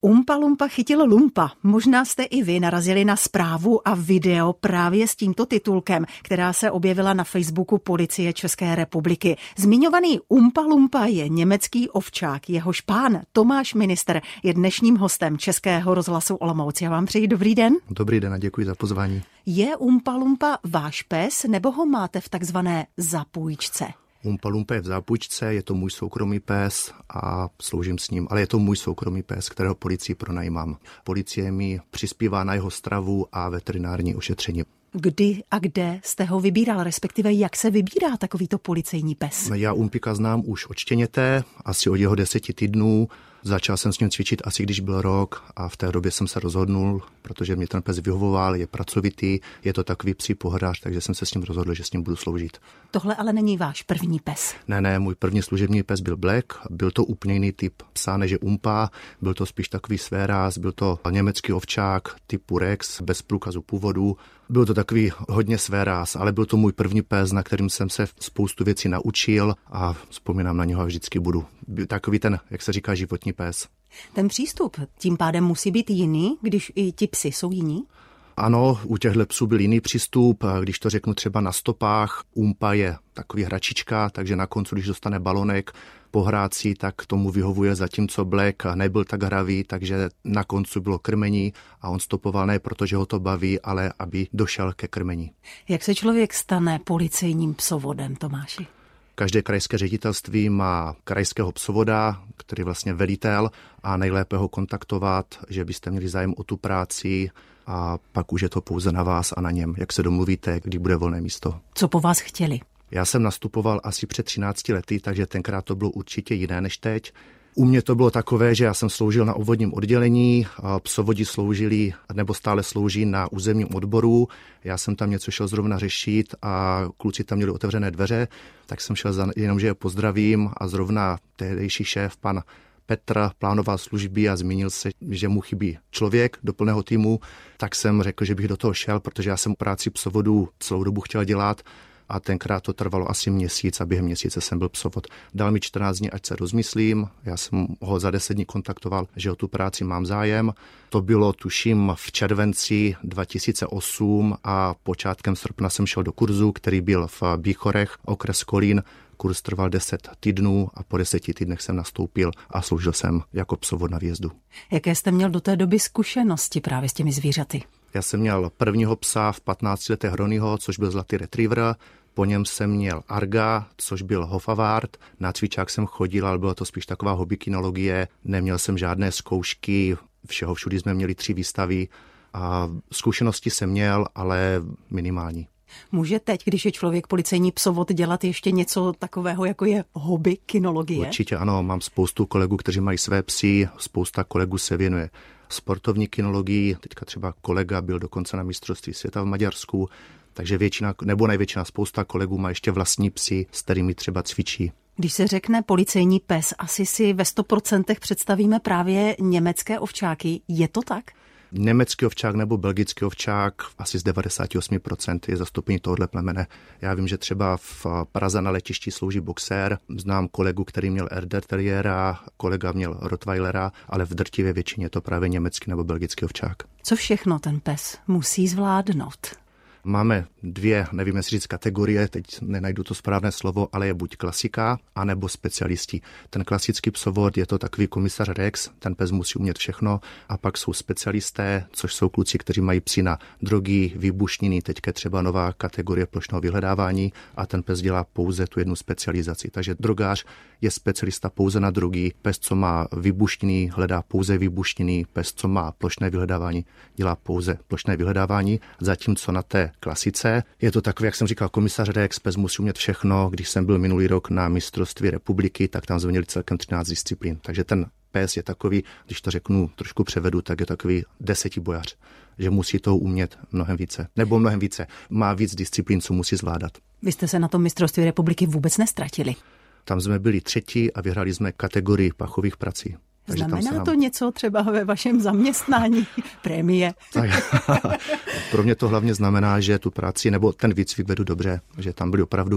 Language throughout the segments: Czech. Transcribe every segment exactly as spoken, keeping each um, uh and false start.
Umpa Lumpa chytil lumpa. Možná jste i vy narazili na zprávu a video právě s tímto titulkem, která se objevila na Facebooku Policie České republiky. Zmiňovaný Umpa Lumpa je německý ovčák. Jehož pán Tomáš Ministr je dnešním hostem Českého rozhlasu Olomouc. Já vám přeji dobrý den. Dobrý den a děkuji za pozvání. Je Umpa Lumpa váš pes, nebo ho máte v takzvané zapůjčce? Umpa Lumpa je v zápůjčce, je to můj soukromý pes a sloužím s ním, ale je to můj soukromý pes, kterého policii pronajímám. Policie mi přispívá na jeho stravu a veterinární ošetření. Kdy a kde jste ho vybíral, respektive jak se vybírá takovýto policejní pes? Já Umpika znám už od štěněte, asi od jeho deseti týdnů. Začal jsem s ním cvičit asi když byl rok a v té době jsem se rozhodnul, protože mě ten pes vyhovoval, je pracovitý, je to takový psí pohodář, takže jsem se s ním rozhodl, že s ním budu sloužit. Tohle ale není váš první pes. Ne, ne, můj první služební pes byl Black, byl to úplně jiný typ psa než je Umpa, byl to spíš takový svéráz, byl to německý ovčák typu Rex, bez průkazu původu. Byl to takový hodně svéráz, ale byl to můj první pes, na kterým jsem se spoustu věcí naučil a vzpomínám na něho a vždycky budu. Byl takový ten, jak se říká, životní pes. Ten přístup tím pádem musí být jiný, když i ti psi jsou jiní? Ano, u těchto psů byl jiný přístup, když to řeknu třeba na stopách. Umpa je takový hračička, takže na konci, když dostane balonek pohrát si, tak tomu vyhovuje, zatímco Black nebyl tak hravý, takže na konci bylo krmení a on stopoval ne protože ho to baví, ale aby došel ke krmení. Jak se člověk stane policejním psovodem, Tomáši? Každé krajské ředitelství má krajského psovoda, který je vlastně velitel a nejlépe ho kontaktovat, že byste měli zájem o tu práci a pak už je to pouze na vás a na něm, jak se domluvíte, kdy bude volné místo. Co po vás chtěli? Já jsem nastupoval asi před třinácti lety, takže tenkrát to bylo určitě jiné než teď. U mě to bylo takové, že já jsem sloužil na obvodním oddělení, psovodi sloužili nebo stále slouží na územním odboru. Já jsem tam něco šel zrovna řešit a kluci tam měli otevřené dveře, tak jsem šel za, jenom, že je pozdravím a zrovna tehdejší šéf, pan Petr, plánoval služby a zmínil se, že mu chybí člověk do plného týmu, tak jsem řekl, že bych do toho šel, protože já jsem práci psovodu celou dobu chtěl dělat. A tenkrát to trvalo asi měsíc a během měsíce jsem byl psovod. Dal mi čtrnáct dní, ať se rozmyslím. Já jsem ho za deset dní kontaktoval, že o tu práci mám zájem. To bylo, tuším, v červenci dva tisíce osm a počátkem srpna jsem šel do kurzu, který byl v Bíchorech, okres Kolín. Kurz trval deset týdnů a po deseti týdnech jsem nastoupil a sloužil jsem jako psovod na výjezdu. Jaké jste měl do té doby zkušenosti právě s těmi zvířaty? Já jsem měl prvního psa v patnácti letech Ronnyho, což byl zlatý retriever. Po něm jsem měl Arga, což byl Hofavart. Na cvičák jsem chodil, ale byla to spíš taková hobbykinologie. Neměl jsem žádné zkoušky, všeho všudy jsme měli tři výstavy. A zkušenosti jsem měl, ale minimální. Může teď, když je člověk policejní psovod, dělat ještě něco takového, jako je hobbykinologie? Určitě ano, mám spoustu kolegů, kteří mají své psy, spousta kolegů se věnuje sportovní kinologii, teďka třeba kolega byl dokonce na mistrovství světa v Maďarsku, takže většina, nebo největšina spousta kolegů má ještě vlastní psy, s kterými třeba cvičí. Když se řekne policejní pes, asi si ve sto procentech představíme právě německé ovčáky. Je to tak? Německý ovčák nebo belgický ovčák asi z devadesát osm procent je zastoupení tohohle plemene. Já vím, že třeba v Praze na letišti slouží boxer, znám kolegu, který měl Herder Terriera, kolega měl Rottweilera, ale v drtivé většině je to právě německý nebo belgický ovčák. Co všechno ten pes musí zvládnout? Máme dvě, nevím, jestli říct kategorie, teď nenajdu to správné slovo, ale je buď klasika, anebo specialisti. Ten klasický psovod je to takový komisař Rex, ten pes musí umět všechno, a pak jsou specialisté, což jsou kluci, kteří mají psy na drogy, výbušniny, teďka třeba nová kategorie plošného vyhledávání a ten pes dělá pouze tu jednu specializaci. Takže drogář je specialista pouze na drogy, pes, co má výbušniny, hledá pouze výbušniny, pes, co má plošné vyhledávání, dělá pouze plošné vyhledávání, zatímco na té klasice je to takový, jak jsem říkal, komisař Rex, pes musí umět všechno. Když jsem byl minulý rok na mistrovství republiky, tak tam jsme měli celkem třináct disciplín. Takže ten pes je takový, když to řeknu, trošku převedu, tak je takový desetibojař, že musí toho umět mnohem více. Nebo mnohem více. Má víc disciplín, co musí zvládat. Vy jste se na tom mistrovství republiky vůbec nestratili. Tam jsme byli třetí a vyhrali jsme kategorii pachových prací. Takže znamená nám... to něco třeba ve vašem zaměstnání, prémie? Tak, pro mě to hlavně znamená, že tu práci nebo ten výcvik vedu dobře, že tam byli opravdu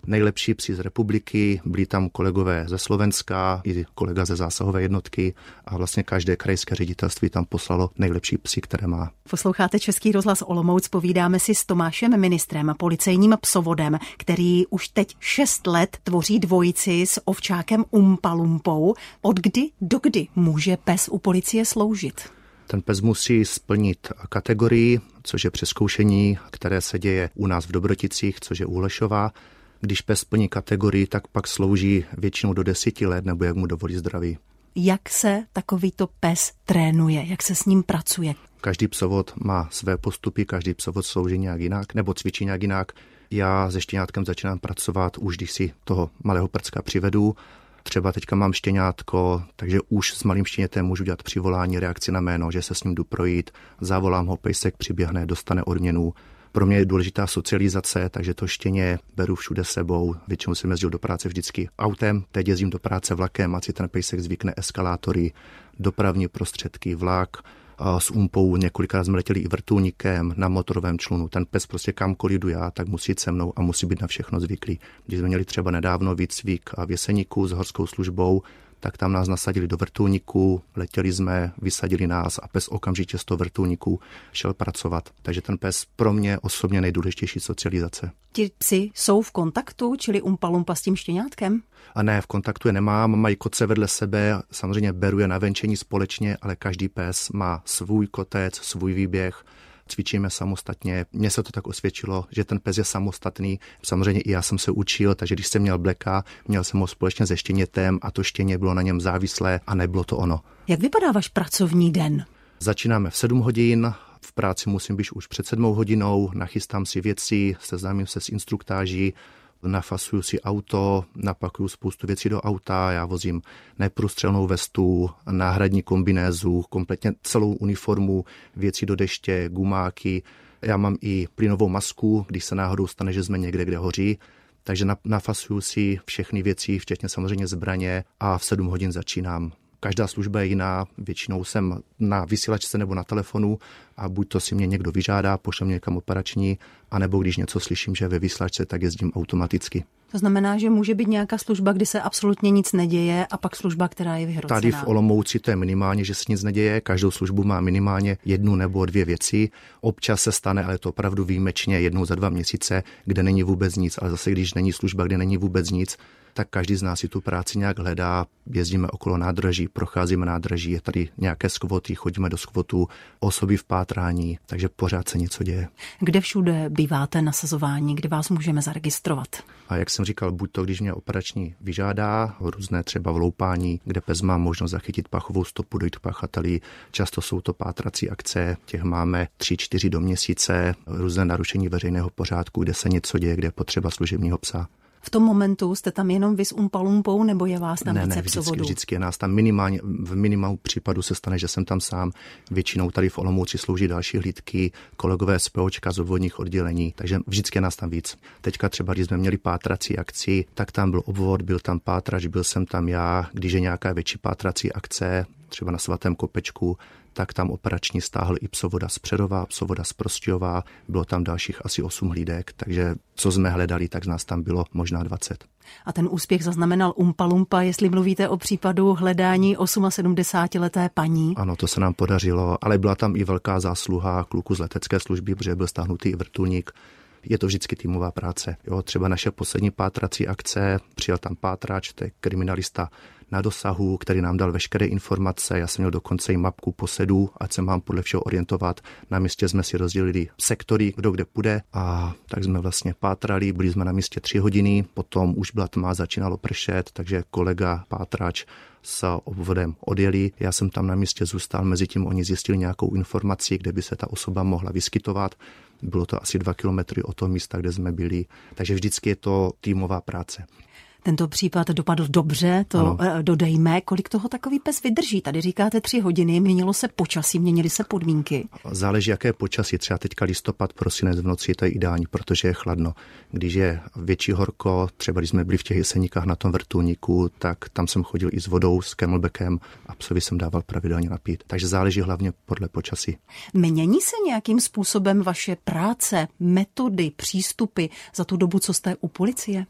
nejlepší psi z republiky, byli tam kolegové ze Slovenska, i kolega ze zásahové jednotky a vlastně každé krajské ředitelství tam poslalo nejlepší psy, které má. Posloucháte Český rozhlas Olomouc, povídáme si s Tomášem Ministrem, policejním psovodem, který už teď šest let tvoří dvojici s ovčákem Umpa Lumpou. Od kdy do kdy může pes u policie sloužit? Ten pes musí splnit kategorii, což je přezkoušení, které se děje u nás v Dobroticích, což je u Holešova. Když pes splní kategorii, tak pak slouží většinou do deseti let, nebo jak mu dovolí zdraví. Jak se takovýto pes trénuje, jak se s ním pracuje? Každý psovod má své postupy, každý psovod slouží nějak jinak, nebo cvičí nějak jinak. Já se štěňátkem začínám pracovat už, když si toho malého prcka přivedu. Třeba teďka mám štěňátko, takže už s malým štěnětem můžu dělat přivolání, reakci na jméno, že se s ním jdu projít, zavolám ho, pejsek přiběhne, dostane odměnu. Pro mě je důležitá socializace, takže to štěně beru všude sebou. Většinou jsem jezdil do práce vždycky autem, teď jezdím do práce vlakem, ať si ten pejsek zvykne, eskalátory, dopravní prostředky, vlak. A s Umpou několikrát jsme letěli i vrtulníkem na motorovém člunu. Ten pes prostě kamkoliv jdu já, tak musí jít se mnou a musí být na všechno zvyklý. Když jsme měli třeba nedávno výcvik v Jeseníku s horskou službou, tak tam nás nasadili do vrtulníku, letěli jsme, vysadili nás a pes okamžitě z toho vrtulníku šel pracovat. Takže ten pes pro mě osobně nejdůležitější socializace. Ti psi jsou v kontaktu, čili Umpa Lumpa s tím štěňátkem? A ne, v kontaktu je nemám, mají kotce vedle sebe, samozřejmě beru je na venčení společně, ale každý pes má svůj kotec, svůj výběh. Cvičíme samostatně. Mně se to tak osvědčilo, že ten pes je samostatný. Samozřejmě i já jsem se učil, takže když jsem měl Blacka, měl jsem ho společně se štěnětem a to štěně bylo na něm závislé a nebylo to ono. Jak vypadá váš pracovní den? Začínáme v sedm hodin, v práci musím být už před sedmou hodinou, nachystám si věci, seznámím se s instruktáží, nafasuju si auto, napakuju spoustu věcí do auta, já vozím neprůstřelnou vestu, náhradní kombinézu, kompletně celou uniformu, věci do deště, gumáky. Já mám i plynovou masku, když se náhodou stane, že jsme někde, kde hoří, takže nafasuju si všechny věci, včetně samozřejmě zbraně a v sedm hodin začínám. Každá služba je jiná, většinou jsem na vysílačce nebo na telefonu a buď to si mě někdo vyžádá, pošle mě někam operační, anebo když něco slyším, že je ve vysílačce, tak jezdím automaticky. To znamená, že může být nějaká služba, kdy se absolutně nic neděje a pak služba, která je vyhrocená. Tady v Olomouci to je minimálně, že se nic neděje, každou službu má minimálně jednu nebo dvě věci. Občas se stane, ale to opravdu výjimečně jednou za dva měsíce, kde není vůbec nic, ale zase když není služba, kde není vůbec nic, tak každý z nás si tu práci nějak hledá, jezdíme okolo nádraží, procházíme nádraží, je tady nějaké skvoty, chodíme do skvotu, osoby v pátrání, takže pořád se něco děje. Kde všude býváte nasazování, kde vás můžeme zaregistrovat? A jak jsem říkal, buď to, když mě operační vyžádá, různé třeba vloupání, kde pes má možnost zachytit pachovou stopu, dojít k pachateli, často jsou to pátrací akce, těch máme tři, čtyři do měsíce, různé narušení veřejného pořádku, kde se něco děje, kde je potřeba služebního psa. V tom momentu jste tam jenom vy s Umpa Lumpou, nebo je vás tam ne, více ne, vždycky, psovodů? vždycky je nás tam minimálně, v minimálu případu se stane, že jsem tam sám. Většinou tady v Olomouci slouží další hlídky, kolegové z POčka z obvodních oddělení, takže vždycky je nás tam víc. Teďka třeba, když jsme měli pátrací akci, tak tam byl obvod, byl tam pátrač, byl jsem tam já, když je nějaká větší pátrací akce, třeba na Svatém Kopečku, tak tam operační stáhl i psovoda z Přerova, psovoda z Prostějova, bylo tam dalších asi osm hlídek, takže co jsme hledali, tak z nás tam bylo možná dvacet. A ten úspěch zaznamenal Umpa Lumpa, jestli mluvíte o případu hledání sedmdesátiosmileté paní? Ano, to se nám podařilo, ale byla tam i velká zásluha kluku z letecké služby, protože byl stáhnutý i vrtulník. Je to vždycky týmová práce. Jo, třeba naše poslední pátrací akce, přijel tam pátrač, to je kriminalista na dosahu, který nám dal veškeré informace. Já jsem měl dokonce i mapku posedů, ať se mám podle všeho orientovat. Na místě jsme si rozdělili sektory, kdo kde půjde a tak jsme vlastně pátrali. Byli jsme na místě tři hodiny, potom už byla tma, začínalo pršet, takže kolega pátrač s obvodem odjeli. Já jsem tam na místě zůstal, mezi tím oni zjistili nějakou informaci, kde by se ta osoba mohla vyskytovat. Bylo to asi dva kilometry od toho místa, kde jsme byli, takže vždycky je to týmová práce. Tento případ dopadl dobře, to ano. Dodejme. Kolik toho takový pes vydrží? Tady říkáte tři hodiny, měnilo se počasí, měnily se podmínky. Záleží, jaké počasí. Třeba teďka listopad, prosinec v noci, to je ideální, protože je chladno. Když je větší horko, třeba když jsme byli v těch Jeseníkách na tom vrtulníku, tak tam jsem chodil i s vodou, s camelbackem a psovi jsem dával pravidelně napít. Takže záleží hlavně podle počasí. Mění se nějakým způsobem vaše práce, metody, přístupy za tu dobu, co jste u policie?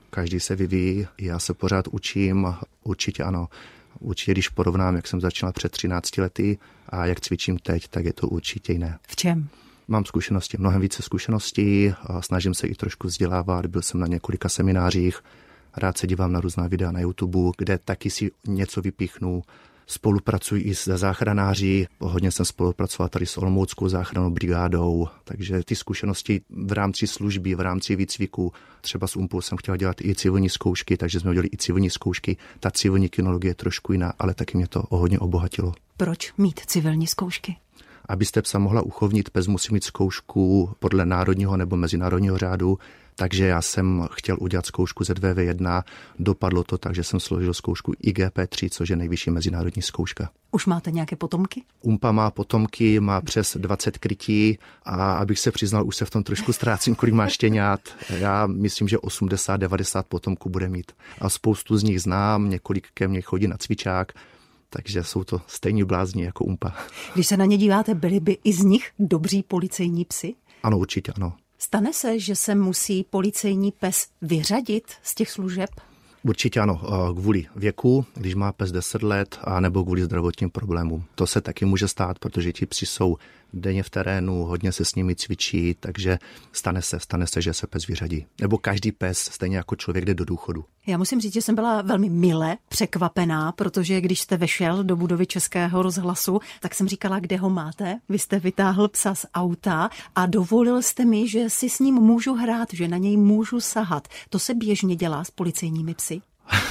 každý se vyvíjí, já se pořád učím, určitě ano. Určitě, když porovnám, jak jsem začal před třinácti lety a jak cvičím teď, tak je to určitě jiné. V čem? Mám zkušenosti, mnohem více zkušeností, snažím se i trošku vzdělávat, byl jsem na několika seminářích, rád se dívám na různá videa na YouTube, kde taky si něco vypíchnu. Spolupracuji i se záchranáři, hodně jsem spolupracoval tady s Olomouckou záchrannou brigádou, takže ty zkušenosti v rámci služby, v rámci výcviku, třeba s UMPou jsem chtěl dělat i civilní zkoušky, takže jsme udělali i civilní zkoušky. Ta civilní kinologie je trošku jiná, ale taky mě to hodně obohatilo. Proč mít civilní zkoušky? Abyste psa mohla uchovnit, pes musí mít zkoušku podle národního nebo mezinárodního řádu, takže já jsem chtěl udělat zkoušku Z V V jedna, dopadlo to tak, že jsem složil zkoušku I G P tři, což je nejvyšší mezinárodní zkouška. Už máte nějaké potomky? UMPA má potomky, má přes dvacet krytí a abych se přiznal, už se v tom trošku ztrácím, kolik má štěňat. Já myslím, že osmdesát devadesát potomků bude mít. A spoustu z nich znám, několik ke mně chodí na cvičák, takže jsou to stejní blázni jako UMPA. Když se na ně díváte, byli by i z nich dobří policejní psi? Ano, určitě ano. Stane se, že se musí policejní pes vyřadit z těch služeb? Určitě ano, kvůli věku, když má pes deset let, a nebo kvůli zdravotním problémům. To se taky může stát, protože ti psi jsou denně v terénu, hodně se s nimi cvičí, takže stane se, stane se, že se pes vyřadí. Nebo každý pes, stejně jako člověk, jde do důchodu. Já musím říct, že jsem byla velmi mile překvapená, protože když jste vešel do budovy Českého rozhlasu, tak jsem říkala, kde ho máte. Vy jste vytáhl psa z auta a dovolil jste mi, že si s ním můžu hrát, že na něj můžu sahat. To se běžně dělá s policejními psy?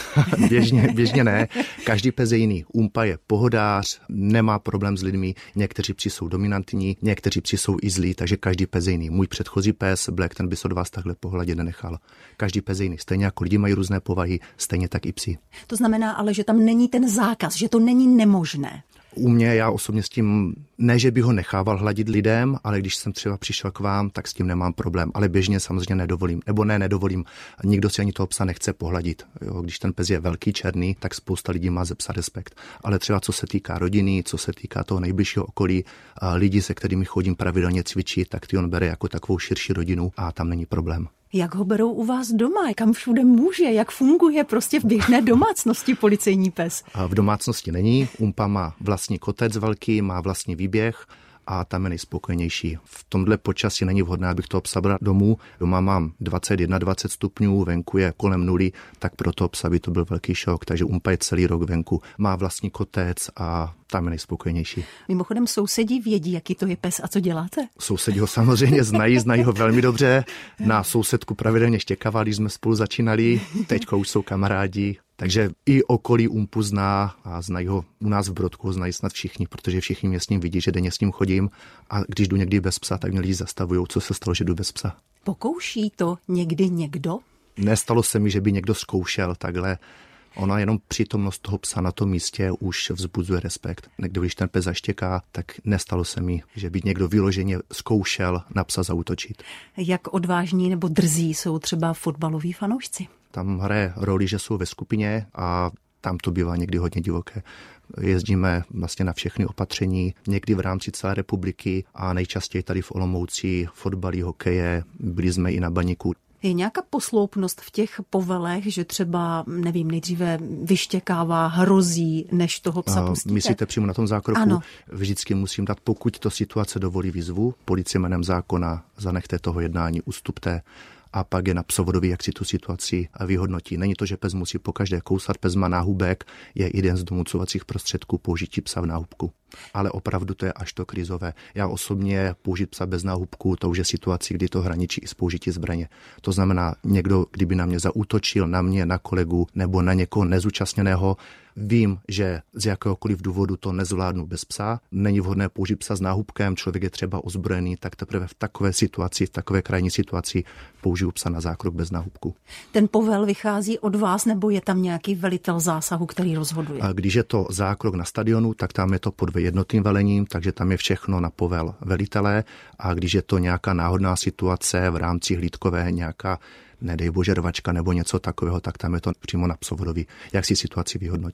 běžně, běžně ne. Každý pes je jiný. UMPA je pohodář, nemá problém s lidmi, někteří psi jsou dominantní, někteří psi jsou i zlí, takže každý pes je jiný. Můj předchozí pes, Black, ten by se od vás takhle pohladě nenechal. Každý pes je jiný. Stejně jako lidi mají různé povahy, stejně tak i psi. To znamená ale, že tam není ten zákaz, že to není nemožné. U mě, já osobně s tím, ne, že bych ho nechával hladit lidem, ale když jsem třeba přišel k vám, tak s tím nemám problém. Ale běžně samozřejmě nedovolím. Nebo ne, nedovolím. Nikdo si ani toho psa nechce pohladit. Jo, když ten pes je velký, černý, tak spousta lidí má ze psa respekt. Ale třeba co se týká rodiny, co se týká toho nejbližšího okolí, lidí, se kterými chodím pravidelně cvičit, tak ty on bere jako takovou širší rodinu a tam není problém. Jak ho berou u vás doma? Kam všude může? Jak funguje prostě v běžné domácnosti policejní pes? V domácnosti není. UMPA má vlastní kotec velký, má vlastní výběh a tam je nejspokojenější. V tomhle počasí není vhodné, abych toho psa bral domů. Doma mám dvacet jedna dvacet stupňů, venku je kolem nuly, tak pro toho psa by to byl velký šok. Takže UMPA je celý rok venku. Má vlastní kotec a tam je nejspokojenější. Mimochodem sousedí vědí, jaký to je pes a co děláte? Sousedí ho samozřejmě znají, znají ho velmi dobře. Na sousedku pravidelně štěkával, když jsme spolu začínali. Teďka už jsou kamarádi. Takže i okolí UMPu zná a znají ho. U nás v Brodku ho znají snad všichni, protože všichni mě s ním vidí, že denně s ním chodím. A když jdu někdy bez psa, tak mě lidi zastavují, co se stalo, že jdu bez psa. Pokouší to někdy někdo? Nestalo se mi, že by někdo zkoušel takhle. Ona jenom přítomnost toho psa na tom místě už vzbuzuje respekt. Někdo, když ten pes zaštěká, tak nestalo se mi, že by někdo vyloženě zkoušel na psa zaútočit. Jak odvážní nebo drzí jsou třeba fotbaloví fanoušci? Tam hraje roli, že jsou ve skupině a tam to bývá někdy hodně divoké. Jezdíme vlastně na všechny opatření, někdy v rámci celé republiky a nejčastěji tady v Olomouci, fotbaly, hokeje, byli jsme i na Baníku. Je nějaká posloupnost v těch povelech, že třeba, nevím, nejdříve vyštěkává, hrozí, než toho psa pustíte? Myslíte přímo na tom zákroku? Ano. Vždycky musím dát, pokud to situace dovolí, výzvu. Policie jménem zákona, zanechte toho jednání, ustupte. A pak je na psovodovi, jak si tu situaci vyhodnotí. Není to, že pes musí pokaždé kousat, pes má náhubek, je jeden z donucovacích prostředků použití psa v náhubku. Ale opravdu to je až to krizové. Já osobně použít psa bez náhubku, to už je situace, kdy to hraničí i s použití zbraně. To znamená, někdo, kdyby na mě zaútočil, na mě, na kolegu nebo na někoho nezúčastněného, vím, že z jakéhokoliv důvodu to nezvládnu bez psa. Není vhodné použít psa s náhubkem, člověk je třeba ozbrojený, tak teprve v takové situaci, v takové krajní situaci použiju psa na zákrok bez náhubku. Ten povel vychází od vás, nebo je tam nějaký velitel zásahu, který rozhoduje? A když je to zákrok na stadionu, tak tam je to pod jednotným velením, takže tam je všechno na povel velitele. A když je to nějaká náhodná situace v rámci hlídkové, nějaká nedej bože rvačka nebo něco takového, tak tam je to přímo na psovodovi, jak si situaci vyhodnotí.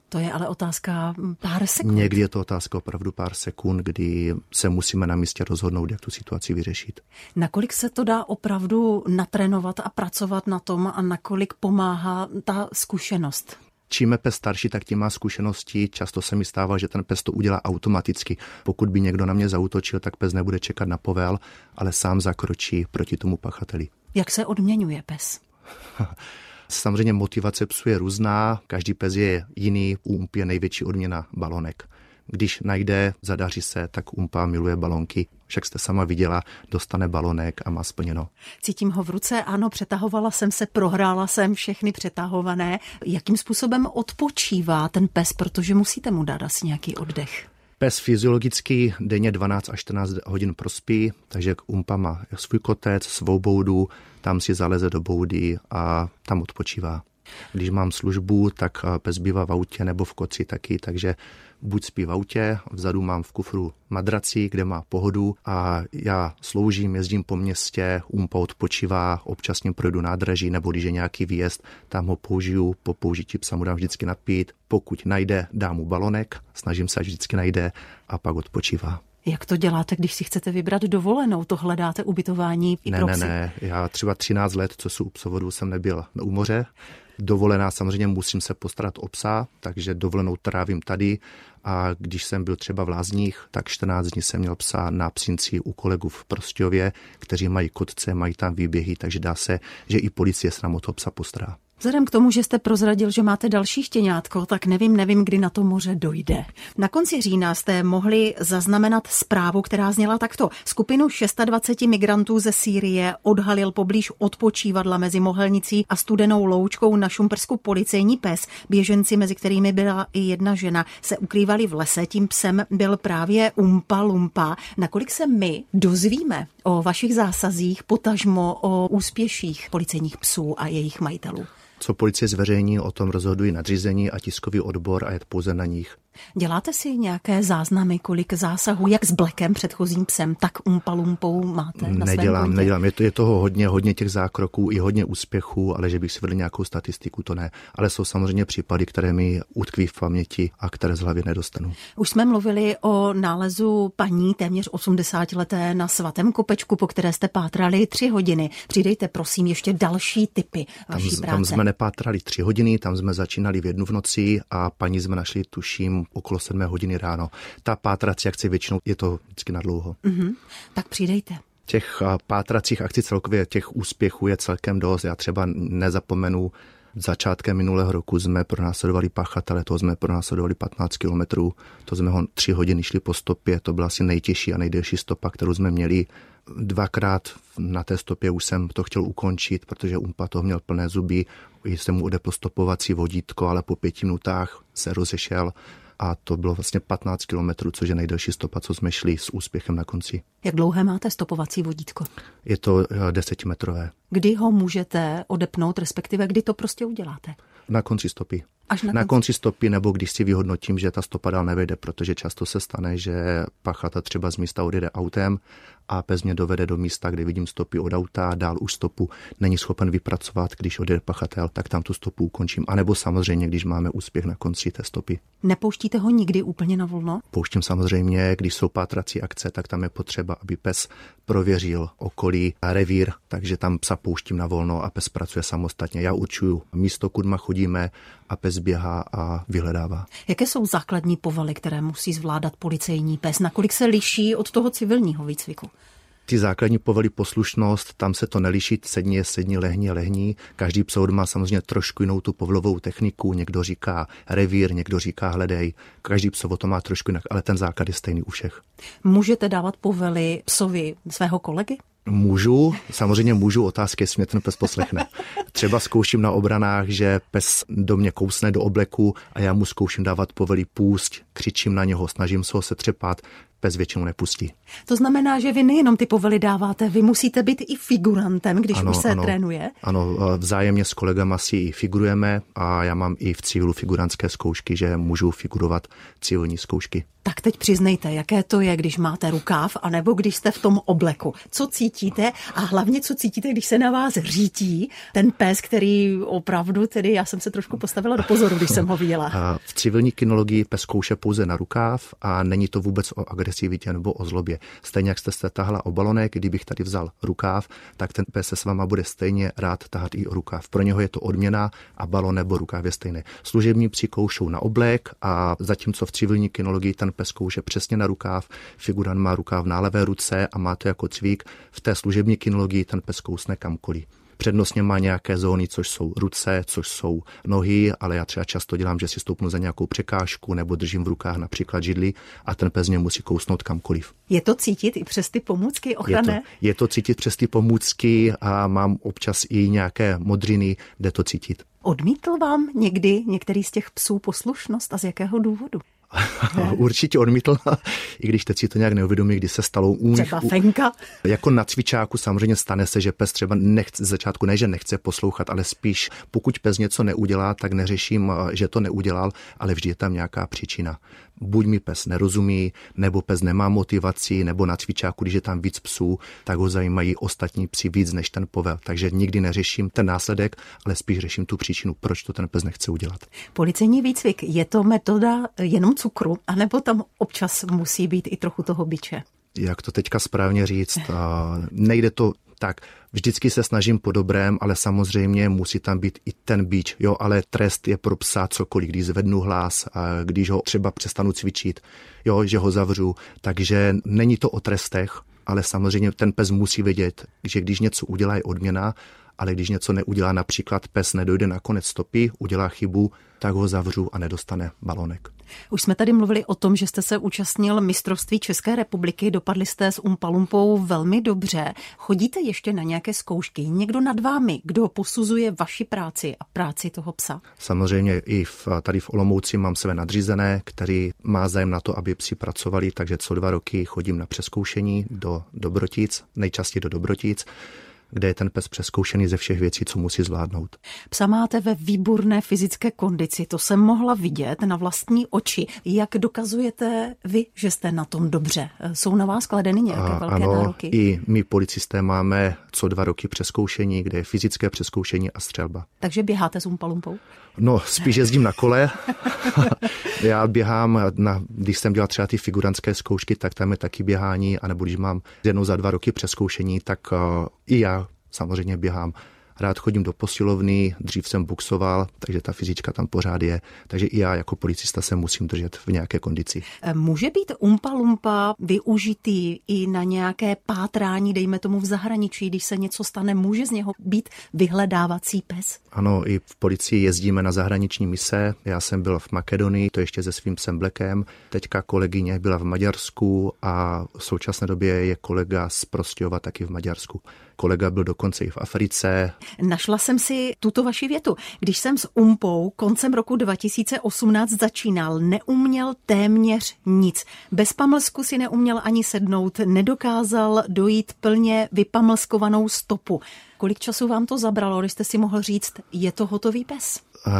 To je ale otázka pár sekund. Někdy je to otázka opravdu pár sekund, kdy se musíme na místě rozhodnout, jak tu situaci vyřešit. Nakolik se to dá opravdu natrénovat a pracovat na tom a nakolik pomáhá ta zkušenost? Čím je pes starší, tak tím má zkušenosti. Často se mi stává, že ten pes to udělá automaticky. Pokud by někdo na mě zaútočil, tak pes nebude čekat na povel, ale sám zakročí proti tomu pachateli. Jak se odměňuje pes? Samozřejmě motivace psů je různá, každý pes je jiný, u Umpy je největší odměna balonek. Když najde, zadaří se, tak Umpa miluje balonky. Však jste sama viděla, dostane balonek a má splněno. Cítím ho v ruce, ano, přetahovala jsem se, prohrála jsem všechny přetahované. Jakým způsobem odpočívá ten pes, protože musíte mu dát asi nějaký oddech? Pes fyziologicky denně dvanáct až čtrnáct hodin prospí, takže Umpa má svůj kotec, svou boudu, tam si zaleze do boudy a tam odpočívá. Když mám službu, tak pes bývá v autě nebo v koci taky, takže buď spí v autě, vzadu mám v kufru madraci, kde má pohodu a já sloužím, jezdím po městě, Umpa odpočívá, občas ním projdu nádraží nebo když je nějaký výjezd, tam ho použiju, po použití psa mu dám vždycky napít, pokud najde, dám mu balonek, snažím se, až vždycky najde a pak odpočívá. Jak to děláte, když si chcete vybrat dovolenou? To hledáte ubytování i ne, pro ne, psy? Ne, ne, já třeba třináct let, co jsou u psovodů, jsem nebyl u moře. Dovolená samozřejmě musím se postarat o psa, takže dovolenou trávím tady a když jsem byl třeba v Lázních, tak čtrnáct dní jsem měl psa na Psinci u kolegů v Prostějově, kteří mají kotce, mají tam výběhy, takže dá se, že i policie se nám o toho psa postará. Vzhledem k tomu, že jste prozradil, že máte další štěňátko, tak nevím, nevím, kdy na to moře dojde. Na konci října jste mohli zaznamenat zprávu, která zněla takto. Skupinu dvacet šest migrantů ze Sýrie odhalil poblíž odpočívadla mezi Mohelnicí a Studenou Loučkou na Šumpersku policejní pes. Běženci, mezi kterými byla i jedna žena, se ukrývali v lese. Tím psem byl právě Umpa Lumpa. Nakolik se my dozvíme o vašich zásazích, potažmo o úspěších policejních psů a jejich majitelů? Co policie zveřejní, o tom rozhodují nadřízení a tiskový odbor a je pouze na nich. Děláte si nějaké záznamy, kolik zásahů, jak s Blackem, předchozím psem, tak Umpa Lumpou máte na svém Nedělám, kontě? nedělám. Je, to, je toho hodně, hodně těch zákroků i hodně úspěchů, ale že bych si vedl nějakou statistiku, to ne. Ale jsou samozřejmě případy, které mi utkví v paměti a které z hlavy nedostanu. Už jsme mluvili o nálezu paní téměř osmdesátileté na Svatém kopečku, po které jste pátrali tři hodiny. Přidejte prosím ještě další tipy vaší tam, práce. Tam jsme nepátrali tři hodiny, tam jsme začínali v jednu v noci a paní jsme našli, tuším, okolo sedmé hodiny ráno. Ta pátrací akce většinou je to vždycky na dlouho. Mm-hmm. Tak přidejte. Těch pátracích akcí celkově, těch úspěchů je celkem dost. Já třeba nezapomenu, začátkem minulého roku jsme pronásledovali pachatele, toho jsme pronásledovali patnáct kilometrů, to jsme ho tři hodiny šli po stopě, to byla asi nejtěžší a nejdelší stopa, kterou jsme měli. Dvakrát na té stopě už jsem to chtěl ukončit, protože Umpa toho měl plné zuby, jsem mu odepl stopovací vodítko, ale po pěti minutách se rozešel a to bylo vlastně patnáct kilometrů, což je nejdelší stopa, co jsme šli s úspěchem na konci. Jak dlouhé máte stopovací vodítko? Je to desetimetrové. Kdy ho můžete odepnout, respektive kdy to prostě uděláte? Na konci stopy. Až na, na konci. konci stopy, nebo když si vyhodnotím, že ta stopa dál nevejde, protože často se stane, že pachatel třeba z místa odjede autem a pes mě dovede do místa, kde vidím stopy od auta, dál už stopu není schopen vypracovat, když odjede pachatel, tak tam tu stopu ukončím. A nebo samozřejmě, když máme úspěch na konci té stopy. Nepouštíte ho nikdy úplně na volno? Pouštím samozřejmě, když jsou pátrací akce, tak tam je potřeba, aby pes prověřil okolí a revír, takže tam psa pouštím na volno a pes pracuje samostatně. Já určuju místo, kudma chodíme a pes běhá a vyhledává. Jaké jsou základní povaly, které musí zvládat policejní pes? Nakolik se liší od toho civilního výcviku? Ty základní povaly, poslušnost, tam se to neliší, sedni je sedni, lehni je lehni. Každý psoud má samozřejmě trošku jinou tu povlovou techniku, někdo říká revír, někdo říká hledej. Každý psov to má trošku jinak, ale ten základ je stejný u všech. Můžete dávat povely psovi svého kolegy? Můžu, samozřejmě můžu, otázky, jestli mě ten pes poslechne. Třeba zkouším na obranách, že pes do mě kousne do obleku a já mu zkouším dávat povely půst, křičím na něho, snažím se ho setřepat, pes většinou nepustí. To znamená, že vy nejenom ty povely dáváte, vy musíte být i figurantem, když ano, už se ano, trénuje? Ano, vzájemně s kolegama si i figurujeme a já mám i v civilu figurantské zkoušky, že můžu figurovat civilní zkoušky. Tak teď přiznejte, jaké to je, když máte rukáv, anebo když jste v tom obleku. Co cítíte? cítíte a hlavně co cítíte, když se na vás řítí ten pes, který opravdu, tedy já jsem se trošku postavila do pozoru, když jsem ho viděla. V civilní kynologii pes kouše pouze na rukáv a není to vůbec o agresivitě nebo o zlobě. Stejně jak jste se tahla o balonek, kdybych tady vzal rukáv, tak ten pes se s váma bude stejně rád tahat i o rukáv. Pro něho je to odměna a balon nebo rukáv je stejné. Služební psi koušou na oblek a zatímco v civilní kynologii ten pes kouše přesně na rukáv, figurant má rukáv na levé ruce a má to jako cvik, v té služební kynologii ten pes kousne kamkoliv. Přednostně má nějaké zóny, což jsou ruce, což jsou nohy, ale já třeba často dělám, že si stoupnu za nějakou překážku nebo držím v rukách například židli a ten pes mě musí kousnout kamkoliv. Je to cítit i přes ty pomůcky ochranné? Je to, je to cítit přes ty pomůcky a mám občas i nějaké modřiny, kde to cítit. Odmítl vám někdy některý z těch psů poslušnost a z jakého důvodu? Určitě odmítl, i když teď si to nějak neuvědomí, kdy se stalo u nich. Třeba Fenka. Jako na cvičáku samozřejmě stane se, že pes třeba nechce, z začátku ne, že nechce poslouchat, ale spíš pokud pes něco neudělá, tak neřeším, že to neudělal, ale vždy je tam nějaká příčina. Buď mi pes nerozumí, nebo pes nemá motivaci, nebo na cvičáku, když je tam víc psů, tak ho zajímají ostatní psi víc než ten povel. Takže nikdy neřeším ten následek, ale spíš řeším tu příčinu, proč to ten pes nechce udělat. Policejní výcvik, je to metoda jenom cukru, anebo tam občas musí být i trochu toho biče? Jak to teďka správně říct, nejde to tak. Vždycky se snažím po dobrém, ale samozřejmě musí tam být i ten bič. Jo, ale trest je pro psa cokoliv, když zvednu hlas, a když ho třeba přestanu cvičit, jo, že ho zavřu. Takže není to o trestech, ale samozřejmě ten pes musí vědět, že když něco udělá, je odměna, ale když něco neudělá, například pes nedojde na konec stopy, udělá chybu, tak ho zavřu a nedostane balonek. Už jsme tady mluvili o tom, že jste se účastnil mistrovství České republiky, dopadli jste s Umpa Lumpou velmi dobře. Chodíte ještě na nějaké zkoušky? Někdo nad vámi, kdo posuzuje vaši práci a práci toho psa? Samozřejmě i v, tady v Olomouci mám své nadřízené, který má zájem na to, aby psi pracovali, takže co dva roky chodím na přezkoušení do Dobrotic, nejčastěji do Dobrotic, kde je ten pes přezkoušený ze všech věcí, co musí zvládnout. Psa máte ve výborné fyzické kondici, to jsem mohla vidět na vlastní oči. Jak dokazujete vy, že jste na tom dobře? Jsou na vás kladeny nějaké A, velké ano, nároky? I my policisté máme co dva roky přezkoušení, kde je fyzické přezkoušení a střelba. Takže běháte s Umpa Lumpou? No, spíš jezdím na kole. Já běhám, na, když jsem dělal třeba ty figurantské zkoušky, tak tam je taky běhání, anebo když mám jednou za dva roky přezkoušení, tak uh, i já samozřejmě běhám. Rád chodím do posilovny, dřív jsem boxoval, takže ta fyzička tam pořád je. Takže i já jako policista se musím držet v nějaké kondici. Může být Umpa Lumpa využitý i na nějaké pátrání, dejme tomu v zahraničí, když se něco stane, může z něho být vyhledávací pes? Ano, i v policii jezdíme na zahraniční mise. Já jsem byl v Makedonii, to ještě se svým psem Blackem. Teďka kolegyně byla v Maďarsku a v současné době je kolega z Prostějova taky v Maďarsku. Kolega byl dokonce i v Africe. Našla jsem si tuto vaši větu. Když jsem s Umpou koncem roku dva tisíce osmnáct začínal, neuměl téměř nic. Bez pamlsku si neuměl ani sednout, nedokázal dojít plně vypamlskovanou stopu. Kolik času vám to zabralo, když jste si mohl říct, je to hotový pes?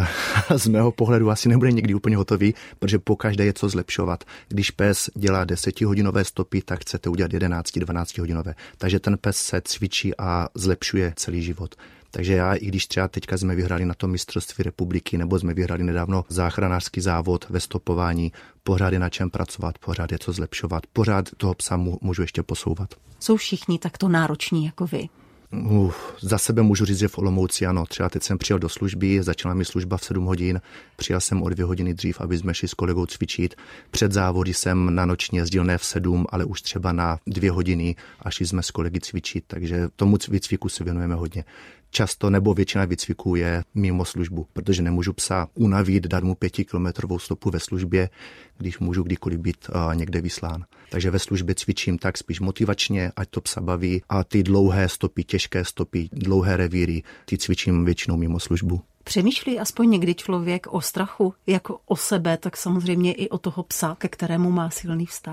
Z mého pohledu asi nebude nikdy úplně hotový, protože pokaždé je co zlepšovat. Když pes dělá desetihodinové stopy, tak chcete udělat jedenáct dvanáct hodinové. Takže ten pes se cvičí a zlepšuje celý život. Takže já, i když třeba teďka jsme vyhráli na tom mistrovství republiky, nebo jsme vyhráli nedávno záchranářský závod ve stopování, pořád je na čem pracovat, pořád je co zlepšovat, pořád toho psa můžu ještě posouvat. Jsou všichni takto nároční jako vy? Uf, za sebe můžu říct, že v Olomouci ano. Třeba teď jsem přijel do služby, začala mi služba v sedm hodin, přijel jsem o dvě hodiny dřív, aby jsme šli s kolegou cvičit. Před závody jsem na noční jezdil ne v sedm, ale už třeba na dvě hodiny a šli jsme s kolegy cvičit, takže tomu výcviku se věnujeme hodně. Často nebo většina výcviků je mimo službu, protože nemůžu psa unavit, dát mu pětikilometrovou stopu ve službě, když můžu kdykoliv být uh, někde vyslán. Takže ve službě cvičím tak spíš motivačně, ať to psa baví, a ty dlouhé stopy, těžké stopy, dlouhé revíry, ty cvičím většinou mimo službu. Přemýšlí aspoň někdy člověk o strachu, jako o sebe, tak samozřejmě i o toho psa, ke kterému má silný vztah?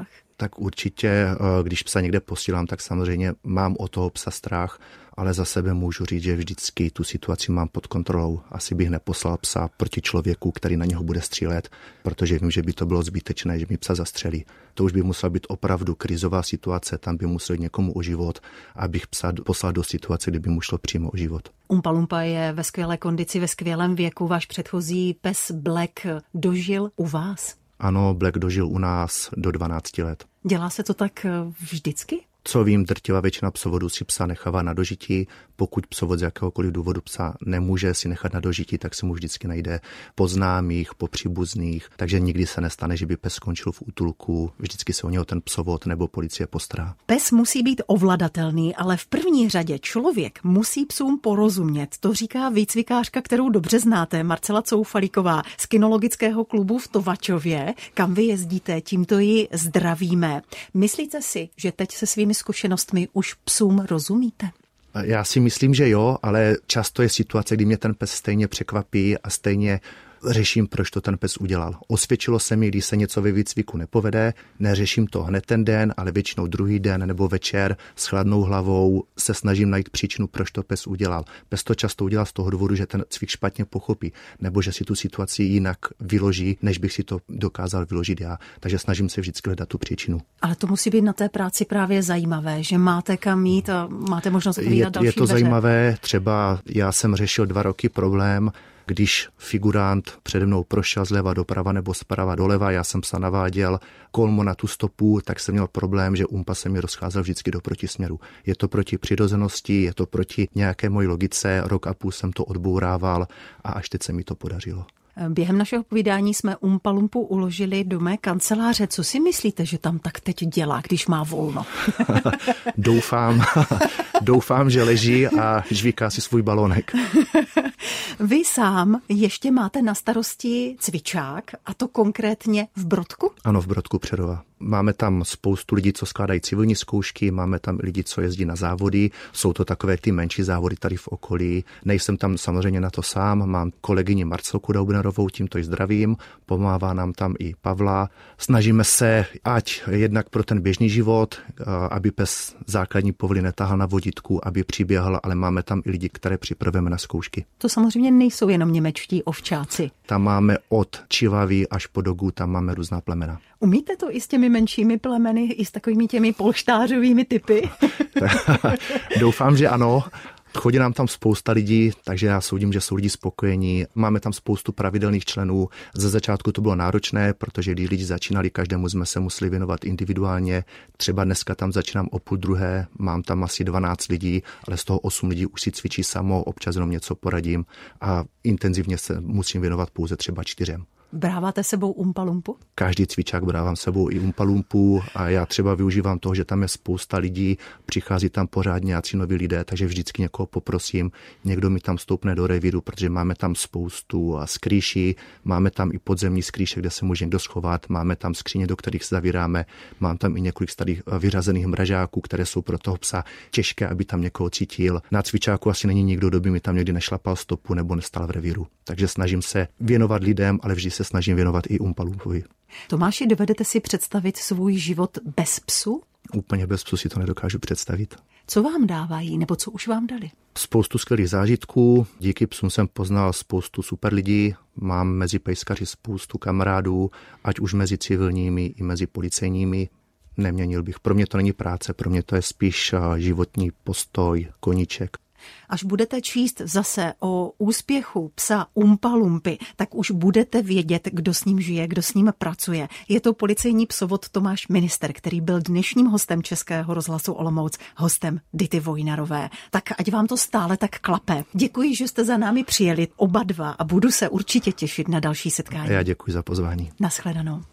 Tak určitě, když psa někde posílám, tak samozřejmě mám o toho psa strach, ale za sebe můžu říct, že vždycky tu situaci mám pod kontrolou. Asi bych neposlal psa proti člověku, který na něho bude střílet, protože vím, že by to bylo zbytečné, že mi psa zastřelí. To už by musela být opravdu krizová situace, tam by musel někomu o život, abych psa poslal do situace, kde by mu šlo přímo o život. Umpa Lumpa je ve skvělé kondici, ve skvělém věku. Váš předchozí pes Black dožil u vás? Ano, Black dožil u nás do dvanácti let. Dělá se to tak vždycky? Co vím, drtivá většina psovodů si psa nechává na dožití. Pokud psovod z jakéhokoliv důvodu psa nemůže si nechat na dožití, tak se mu vždycky najde po známých, po příbuzných. Takže nikdy se nestane, že by pes skončil v útulku. Vždycky se o něho ten psovod nebo policie postará. Pes musí být ovladatelný, ale v první řadě člověk musí psům porozumět. To říká výcvikářka, kterou dobře znáte, Marcela Coufalíková z kinologického klubu v Tovačově. Kam vy jezdíte, tímto ji zdravíme. Myslíte si, že teď se svými zkušenostmi už psům rozumíte? Já si myslím, že jo, ale často je situace, kdy mě ten pes stejně překvapí a stejně řeším, proč to ten pes udělal. Osvědčilo se mi, když se něco ve výcviku nepovede, neřeším to hned ten den, ale většinou druhý den nebo večer s chladnou hlavou se snažím najít příčinu, proč to pes udělal. Pes to často udělal z toho důvodu, že ten cvik špatně pochopí, nebo že si tu situaci jinak vyloží, než bych si to dokázal vyložit já. Takže snažím se vždycky hledat tu příčinu. Ale to musí být na té práci právě zajímavé, že máte kam jít a máte možnost otevírat další dveře. Je to dveře. zajímavé, třeba já jsem řešil dva roky problém, když figurant přede mnou prošel zleva doprava nebo zprava doleva, já jsem se naváděl kolmo na tu stopu, tak jsem měl problém, že umpa se mi rozcházel vždycky do protisměru. Je to proti přirozenosti, je to proti nějaké mojí logice, rok a půl jsem to odbourával a až teď se mi to podařilo. Během našeho povídání jsme Umpa Lumpu uložili do mé kanceláře. Co si myslíte, že tam tak teď dělá, když má volno? Doufám, doufám, že leží a žvíká si svůj balónek. Vy sám ještě máte na starosti cvičák, a to konkrétně v Brodku? Ano, v Brodku Přerova. Máme tam spoustu lidí, co skládají civilní zkoušky, máme tam lidi, co jezdí na závody, jsou to takové ty menší závody tady v okolí. Nejsem tam samozřejmě na to sám, mám kolegyni Marcelku Daubnerovou, tímto ji zdravím, pomáhá nám tam i Pavla. Snažíme se, ať jednak pro ten běžný život, aby pes základní povely netahal na vodítku, aby přiběhal, ale máme tam i lidi, které připravujeme na zkoušky. To samozřejmě nejsou jenom němečtí ovčáci. Tam máme od čivavy až po dogu, tam máme různá plemena. Umíte to i s těmi menšími plemeny, i s takovými těmi polštářovými typy? Doufám, že ano. Chodí nám tam spousta lidí, takže já soudím, že jsou lidi spokojení. Máme tam spoustu pravidelných členů. Ze začátku to bylo náročné, protože když lidi začínali, každému jsme se museli věnovat individuálně. Třeba dneska tam začínám o půl druhé, mám tam asi dvanáct lidí, ale z toho osm lidí už si cvičí samo, občas jenom něco poradím a intenzivně se musím věnovat pouze třeba čtyřem. Bráváte sebou Umpa Lumpu? Každý cvičák brávám sebou i Umpa Lumpu a já třeba využívám toho, že tam je spousta lidí, přichází tam pořád nějací noví lidé, takže vždycky někoho poprosím, někdo mi tam stoupne do revíru, protože máme tam spoustu skrýší, máme tam i podzemní skrýše, kde se může někdo schovat, máme tam skříně, do kterých se zavíráme, mám tam i několik starých vyřazených mražáků, které jsou pro toho psa těžké, aby tam někoho cítil. Na cvičáku asi není nikdo, kdo by mi tam někdy nešlapal stopu nebo nestal v revíru. Takže snažím se věnovat lidem, ale vždy se snažím věnovat i Umpa Lumpovi. Tomáši, dovedete si představit svůj život bez psu? Úplně bez psu si to nedokážu představit. Co vám dávají, nebo co už vám dali? Spoustu skvělých zážitků, díky psům jsem poznal spoustu super lidí, mám mezi pejskaři spoustu kamarádů, ať už mezi civilními i mezi policejními. Neměnil bych. Pro mě to není práce, pro mě to je spíš životní postoj, koníček. Až budete číst zase o úspěchu psa Umpa Lumpy, tak už budete vědět, kdo s ním žije, kdo s ním pracuje. Je to policejní psovod Tomáš Minister, který byl dnešním hostem Českého rozhlasu Olomouc, hostem Dity Vojnarové. Tak ať vám to stále tak klape. Děkuji, že jste za námi přijeli oba dva a budu se určitě těšit na další setkání. Já děkuji za pozvání. Naschledanou.